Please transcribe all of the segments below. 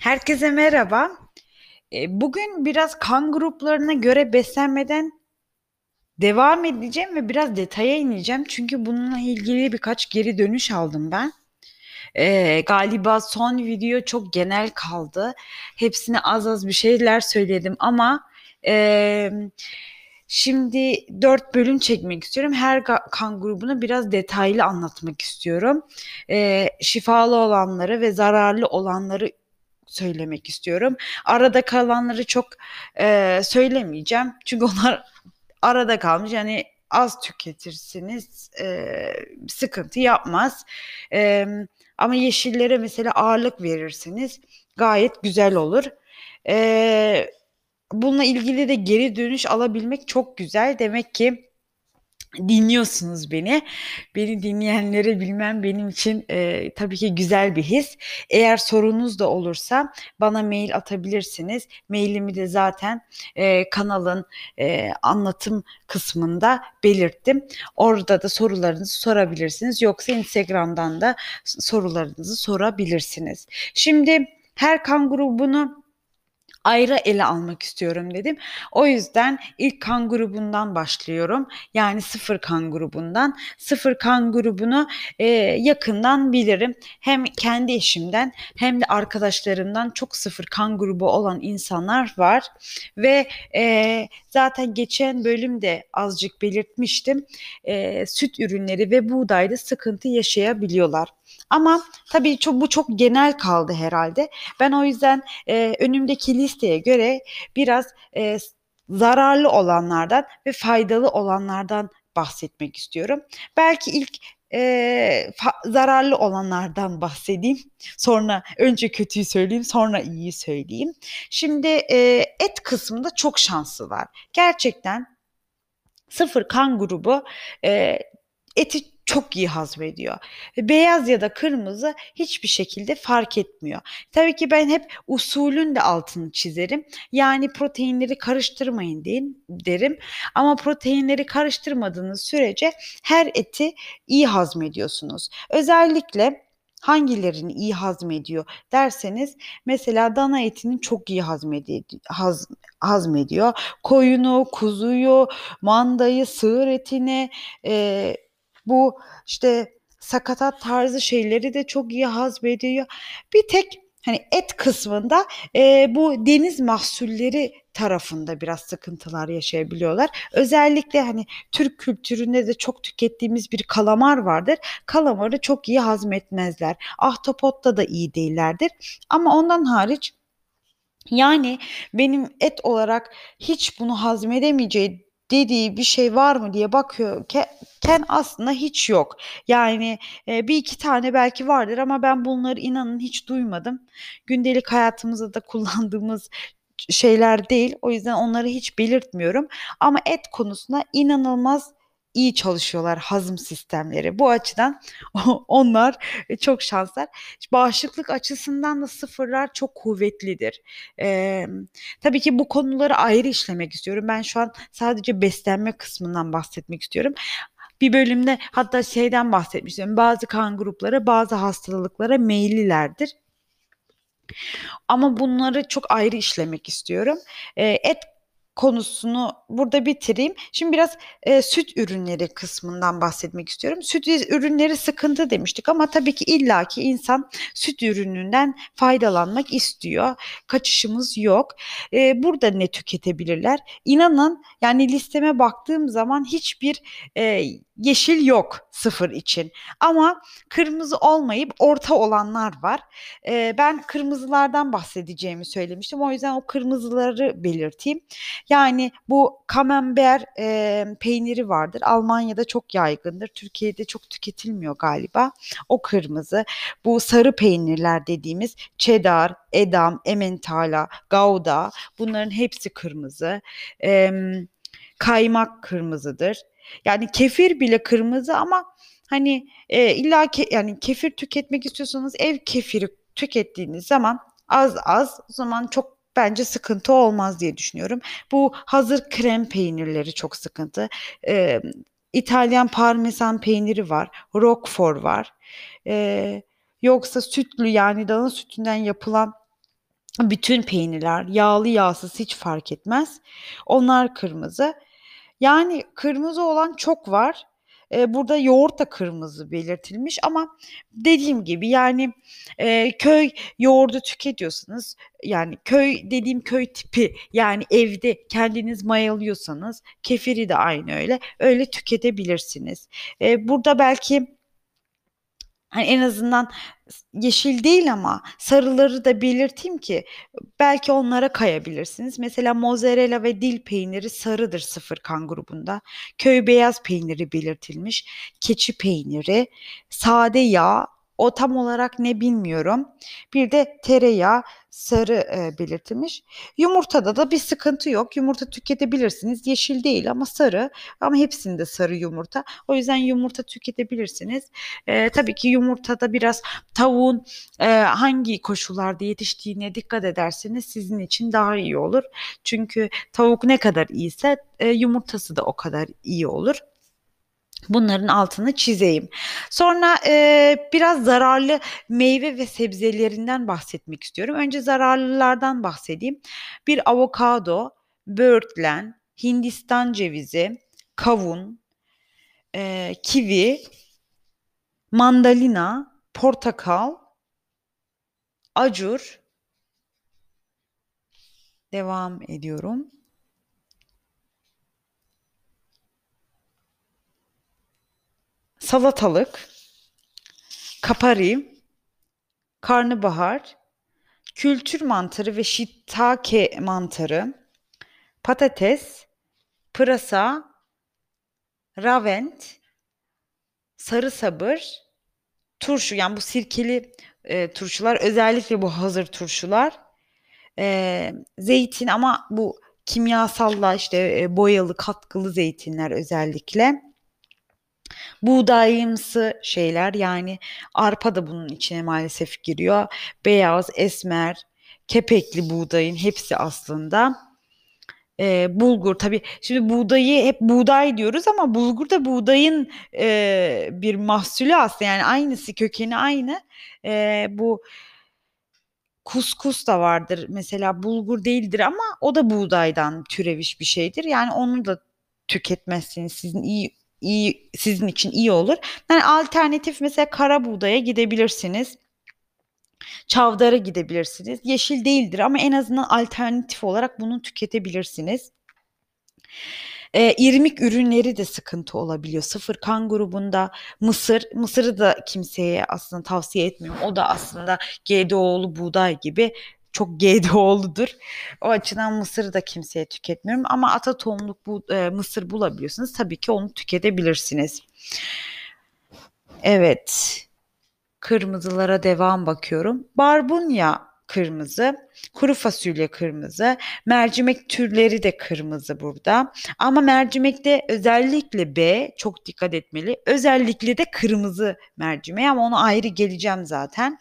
Herkese merhaba. Bugün biraz kan gruplarına göre beslenmeden devam edeceğim ve biraz detaya ineceğim. Çünkü bununla ilgili birkaç geri dönüş aldım ben. Galiba son video çok genel kaldı. Hepsine az az bir şeyler söyledim ama e, şimdi 4 bölüm çekmek istiyorum. Her kan grubunu biraz detaylı anlatmak istiyorum. Şifalı olanları ve zararlı olanları söylemek istiyorum. Arada kalanları çok söylemeyeceğim. Çünkü onlar arada kalmış. Yani az tüketirsiniz, sıkıntı yapmaz. E, Ama yeşillere mesela ağırlık verirsiniz. Gayet güzel olur. E, Bununla ilgili de geri dönüş alabilmek çok güzel. Demek ki dinliyorsunuz beni. Beni dinleyenleri bilmem benim için tabii ki güzel bir his. Eğer sorunuz da olursa bana mail atabilirsiniz. Mailimi de zaten kanalın anlatım kısmında belirttim. Orada da sorularınızı sorabilirsiniz. Yoksa Instagram'dan da sorularınızı sorabilirsiniz. Şimdi her kan grubunu ayrı ele almak istiyorum dedim. O yüzden ilk kan grubundan başlıyorum. Yani sıfır kan grubundan. Sıfır kan grubunu yakından bilirim. Hem kendi eşimden hem de arkadaşlarımdan çok sıfır kan grubu olan insanlar var. Ve zaten geçen bölümde azıcık belirtmiştim. Süt ürünleri ve buğdayda sıkıntı yaşayabiliyorlar. Ama tabii bu çok genel kaldı herhalde. Ben o yüzden önümdeki listeye göre biraz zararlı olanlardan ve faydalı olanlardan bahsetmek istiyorum. Belki ilk zararlı olanlardan bahsedeyim. Sonra önce kötüyü söyleyeyim, sonra iyiyi söyleyeyim. Şimdi et kısmında çok şanslılar. Gerçekten sıfır kan grubu e, eti çok iyi hazmediyor. Beyaz ya da kırmızı hiçbir şekilde fark etmiyor. Tabii ki ben hep usulün de altını çizerim. Yani proteinleri karıştırmayın derim. Ama proteinleri karıştırmadığınız sürece her eti iyi hazmediyorsunuz. Özellikle hangilerini iyi hazmediyor derseniz mesela dana etini çok iyi hazmediyor. Koyunu, kuzuyu, mandayı, sığır etini, e, bu işte sakatat tarzı şeyleri de çok iyi hazmediyor. Bir tek hani et kısmında bu deniz mahsulleri tarafında biraz sıkıntılar yaşayabiliyorlar. Özellikle hani Türk kültüründe de çok tükettiğimiz bir kalamar vardır. Kalamarı çok iyi hazmetmezler. Ahtapotta da iyi değillerdir. Ama ondan hariç yani benim et olarak hiç bunu hazmedemeyeceği dediği bir şey var mı diye bakıyorken aslında hiç yok. Yani bir iki tane belki vardır ama ben bunları inanın hiç duymadım. Gündelik hayatımızda da kullandığımız şeyler değil. O yüzden onları hiç belirtmiyorum. Ama et konusunda inanılmaz iyi çalışıyorlar hazım sistemleri. Bu açıdan onlar çok şanslar. Bağışıklık açısından da sıfırlar çok kuvvetlidir. Ee, tabii ki bu konuları ayrı işlemek istiyorum. Ben şu an sadece beslenme kısmından bahsetmek istiyorum. Bir bölümde hatta şeyden bahsetmiştim. Bazı kan grupları bazı hastalıklara meyillilerdir. Ama bunları çok ayrı işlemek istiyorum. Et konusunu burada bitireyim. Şimdi biraz süt ürünleri kısmından bahsetmek istiyorum. Süt ürünleri sıkıntı demiştik ama tabii ki illaki insan süt ürününden faydalanmak istiyor. Kaçışımız yok. Burada ne tüketebilirler? İnanın yani listeme baktığım zaman hiçbir e, yeşil yok sıfır için. Ama kırmızı olmayıp orta olanlar var. Ben kırmızılardan bahsedeceğimi söylemiştim. O yüzden o kırmızıları belirteyim. Yani bu Camembert peyniri vardır. Almanya'da çok yaygındır. Türkiye'de çok tüketilmiyor galiba. O kırmızı. Bu sarı peynirler dediğimiz cheddar, Edam, Emmentaler, Gouda bunların hepsi kırmızı. E, Kaymak kırmızıdır. Yani kefir bile kırmızı ama hani yani kefir tüketmek istiyorsanız ev kefiri tükettiğiniz zaman az az o zaman çok bence sıkıntı olmaz diye düşünüyorum. Bu hazır krem peynirleri çok sıkıntı. E, İtalyan parmesan peyniri var. Roquefort var. Yoksa sütlü yani dana sütünden yapılan Bütün peynirler, yağlı yağsız hiç fark etmez. Onlar kırmızı. Yani kırmızı olan çok var. Burada yoğurt da kırmızı belirtilmiş ama dediğim gibi yani köy yoğurdu tüketiyorsanız, yani köy dediğim köy tipi, yani evde kendiniz mayalıyorsanız kefiri de aynı öyle tüketebilirsiniz. Burada belki hani en azından yeşil değil ama sarıları da belirteyim ki belki onlara kayabilirsiniz. Mesela mozzarella ve dil peyniri sarıdır, sıfır kan grubunda. Köy beyaz peyniri belirtilmiş. Keçi peyniri, sade yağ, o tam olarak ne bilmiyorum. Bir de tereyağı sarı belirtilmiş. Yumurtada da bir sıkıntı yok. Yumurta tüketebilirsiniz. Yeşil değil ama sarı. Ama hepsinde sarı yumurta. O yüzden yumurta tüketebilirsiniz. Tabii ki yumurtada biraz tavuğun hangi koşullarda yetiştiğine dikkat ederseniz sizin için daha iyi olur. Çünkü tavuk ne kadar iyiyse yumurtası da o kadar iyi olur. Bunların altını çizeyim. Sonra biraz zararlı meyve ve sebzelerinden bahsetmek istiyorum. Önce zararlılardan bahsedeyim. Bir avokado, böğürtlen, Hindistan cevizi, kavun, kivi, mandalina, portakal, acur. Devam ediyorum. Salatalık, kapari, karnabahar, kültür mantarı ve shiitake mantarı, patates, pırasa, ravent, sarı sabır, turşu, yani bu sirkeli turşular, özellikle bu hazır turşular, zeytin ama bu kimyasalla işte boyalı katkılı zeytinler özellikle. Buğdayımsı şeyler, yani arpa da bunun içine maalesef giriyor. Beyaz, esmer, kepekli buğdayın hepsi aslında. Bulgur tabii, şimdi buğdayı hep buğday diyoruz ama bulgur da buğdayın bir mahsulü aslında, yani aynısı, kökeni aynı. Bu kuskus da vardır mesela, bulgur değildir ama o da buğdaydan türemiş bir şeydir. Yani onu da tüketmezseniz sizin için iyi olur. Yani alternatif mesela kara buğdaya gidebilirsiniz. Çavdara gidebilirsiniz. Yeşil değildir ama en azından alternatif olarak bunu tüketebilirsiniz. İrmik ürünleri de sıkıntı olabiliyor. Sıfır kan grubunda mısırı da kimseye aslında tavsiye etmiyorum. O da aslında GDO'lu buğday gibi çok GDO'ludur. O açıdan mısırı da kimseye tüketmiyorum. Ama ata tohumluk mısır bulabiliyorsanız tabii ki onu tüketebilirsiniz. Evet. Kırmızılara devam bakıyorum. Barbunya kırmızı, kuru fasulye kırmızı, mercimek türleri de kırmızı burada. Ama mercimekte özellikle B çok dikkat etmeli. Özellikle de kırmızı mercimeğe, ama ona ayrı geleceğim zaten.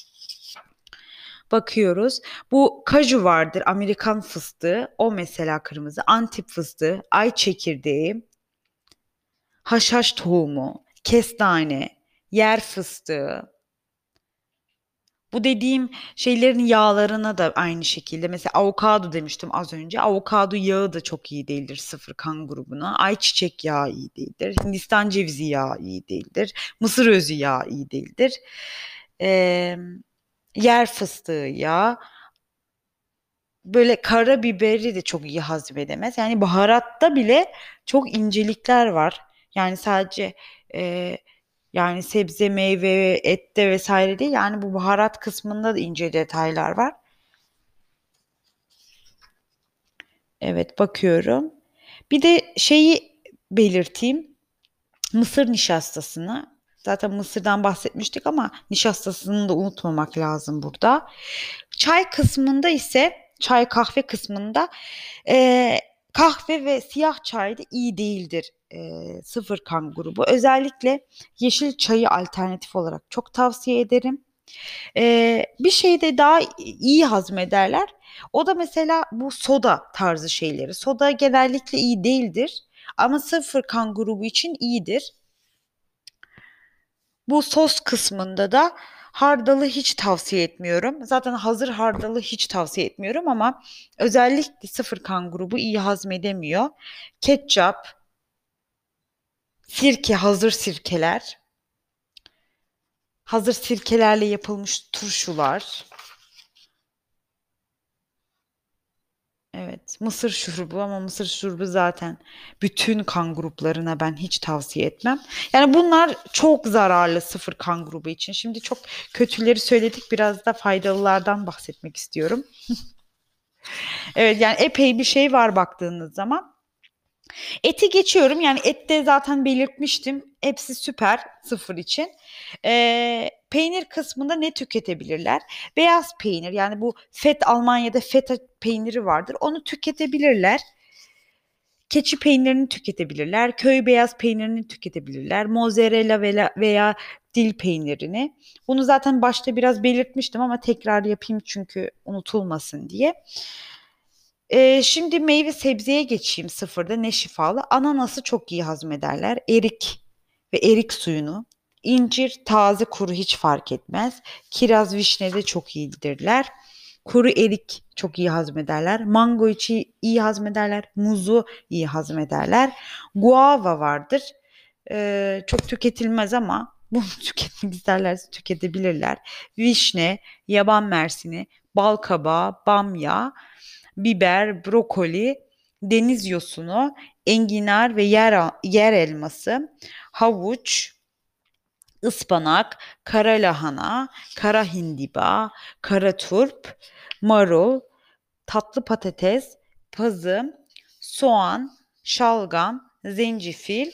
Bakıyoruz. Bu kaju vardır, Amerikan fıstığı. O mesela kırmızı. Antep fıstığı, ay çekirdeği, haşhaş tohumu, kestane, yer fıstığı. Bu dediğim şeylerin yağlarına da aynı şekilde. Mesela avokado demiştim az önce. Avokado yağı da çok iyi değildir sıfır kan grubuna. Ayçiçek yağı iyi değildir. Hindistan cevizi yağı iyi değildir. Mısır özü yağı iyi değildir. Ee, yer fıstığı yağı. Böyle karbiberi de çok iyi hazmedemez. Yani baharatta bile çok incelikler var. Yani sadece e, yani sebze, meyve, ette vesaire değil. Yani bu baharat kısmında da ince detaylar var. Evet, bakıyorum. Bir de şeyi belirteyim. Mısır nişastasını. Zaten mısırdan bahsetmiştik ama nişastasını da unutmamak lazım burada. Çay kısmında ise, çay kahve kısmında e, kahve ve siyah çay da iyi değildir. Sıfır kan grubu. Özellikle yeşil çayı alternatif olarak çok tavsiye ederim. Bir şey de daha iyi hazmederler. O da mesela bu soda tarzı şeyleri. Soda genellikle iyi değildir ama sıfır kan grubu için iyidir. Bu sos kısmında da Hardalı hiç tavsiye etmiyorum. Zaten hazır hardalı hiç tavsiye etmiyorum ama özellikle sıfır kan grubu iyi hazmedemiyor. Ketçap, sirke, hazır sirkeler, hazır sirkelerle yapılmış turşular. Evet, mısır şurubu ama mısır şurubu zaten bütün kan gruplarına ben hiç tavsiye etmem. Yani bunlar çok zararlı sıfır kan grubu için. Şimdi çok kötüleri söyledik, biraz da faydalılardan bahsetmek istiyorum. Evet, yani epey bir şey var baktığınız zaman. Eti geçiyorum. Yani ette zaten belirtmiştim. Hepsi süper sıfır için. Peynir kısmında ne tüketebilirler? Beyaz peynir, yani bu Almanya'da feta peyniri vardır. Onu tüketebilirler. Keçi peynirini tüketebilirler. Köy beyaz peynirini tüketebilirler. Mozzarella veya dil peynirini. Bunu zaten başta biraz belirtmiştim ama tekrar yapayım çünkü unutulmasın diye. Şimdi meyve sebzeye geçeyim sıfırda ne şifalı. Ananası çok iyi hazmederler. Erik ve erik suyunu. İncir taze kuru hiç fark etmez. Kiraz vişne de çok iyidirler. Kuru erik çok iyi hazmederler. Mango içi iyi hazmederler. Muzu iyi hazmederler. Guava vardır. Çok tüketilmez ama bunu tüketmek isterlerse tüketebilirler. Vişne, yaban mersini, bal kabağı, bamya, biber, brokoli, deniz yosunu, enginar ve yer elması, havuç, ıspanak, kara lahana, kara hindiba, kara turp, marul, tatlı patates, pazı, soğan, şalgam, zencefil,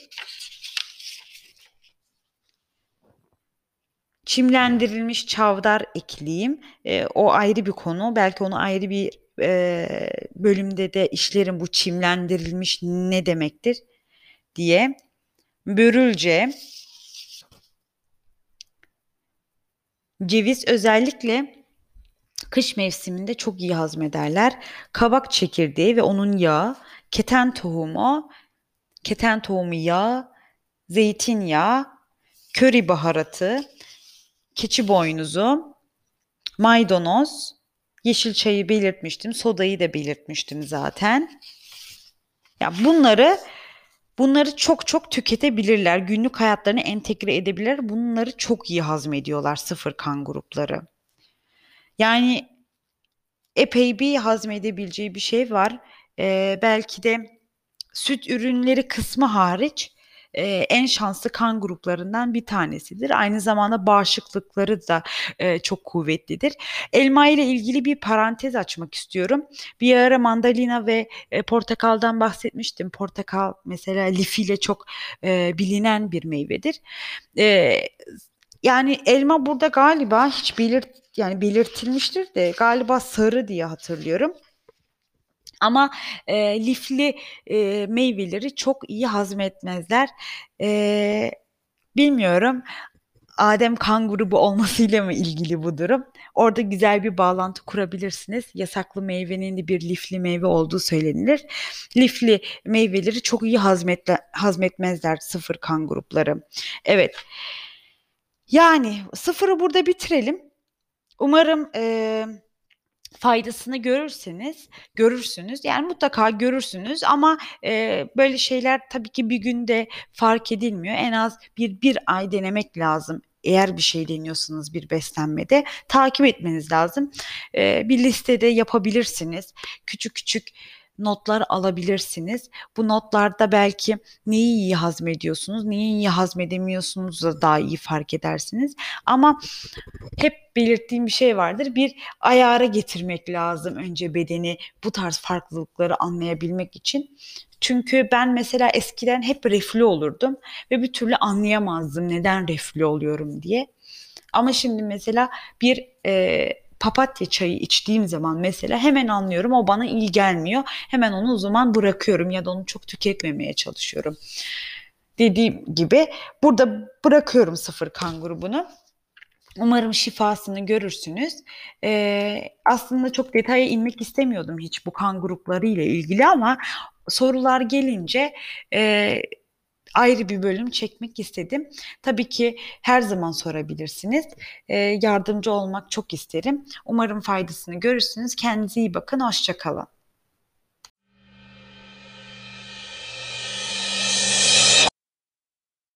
çimlendirilmiş çavdar ekleyeyim. O ayrı bir konu. Belki onu ayrı bir bölümde de işlerim, bu çimlendirilmiş ne demektir diye. Börülce, ceviz özellikle kış mevsiminde çok iyi hazmederler. Kabak çekirdeği ve onun yağı, keten tohumu yağı, zeytinyağı, köri baharatı, keçi boynuzu, maydanoz, yeşil çayı belirtmiştim, sodayı da belirtmiştim zaten. Ya bunları çok çok tüketebilirler. Günlük hayatlarına entegre edebilirler. Bunları çok iyi hazmediyorlar sıfır kan grupları. Yani epey bir hazmedebileceği bir şey var. Belki de süt ürünleri kısmı hariç en şanslı kan gruplarından bir tanesidir. Aynı zamanda bağışıklıkları da çok kuvvetlidir. Elma ile ilgili bir parantez açmak istiyorum. Bir ara mandalina ve portakaldan bahsetmiştim. Portakal mesela lifiyle çok bilinen bir meyvedir. E, Yani elma burada galiba hiç yani belirtilmiştir de galiba sarı diye hatırlıyorum. Ama lifli meyveleri çok iyi hazmetmezler. E, Bilmiyorum. Adem kan grubu olmasıyla mı ilgili bu durum? Orada güzel bir bağlantı kurabilirsiniz. Yasaklı meyvenin de bir lifli meyve olduğu söylenilir. Lifli meyveleri çok iyi hazmetmezler sıfır kan grupları. Evet. Yani sıfırı burada bitirelim. Umarım faydasını görürsünüz. Yani mutlaka görürsünüz ama böyle şeyler tabii ki bir günde fark edilmiyor. En az bir ay denemek lazım. Eğer bir şey deniyorsanız bir beslenmede takip etmeniz lazım. Bir listede yapabilirsiniz. Küçük küçük notlar alabilirsiniz. Bu notlarda belki neyi iyi hazmediyorsunuz, neyi iyi hazmedemiyorsunuz da daha iyi fark edersiniz. Ama hep belirttiğim bir şey vardır. Bir ayara getirmek lazım önce bedeni, bu tarz farklılıkları anlayabilmek için. Çünkü ben mesela eskiden hep reflü olurdum ve bir türlü anlayamazdım neden reflü oluyorum diye. Ama şimdi mesela bir papatya çayı içtiğim zaman mesela hemen anlıyorum, o bana iyi gelmiyor. Hemen onu o zaman bırakıyorum ya da onu çok tüketmemeye çalışıyorum. Dediğim gibi burada bırakıyorum sıfır kan grubunu. Umarım şifasını görürsünüz. Aslında çok detaya inmek istemiyordum hiç bu kan grupları ile ilgili ama sorular gelince e, ayrı bir bölüm çekmek istedim. Tabii ki her zaman sorabilirsiniz. Yardımcı olmak çok isterim. Umarım faydasını görürsünüz. Kendinize iyi bakın. Hoşça kalın.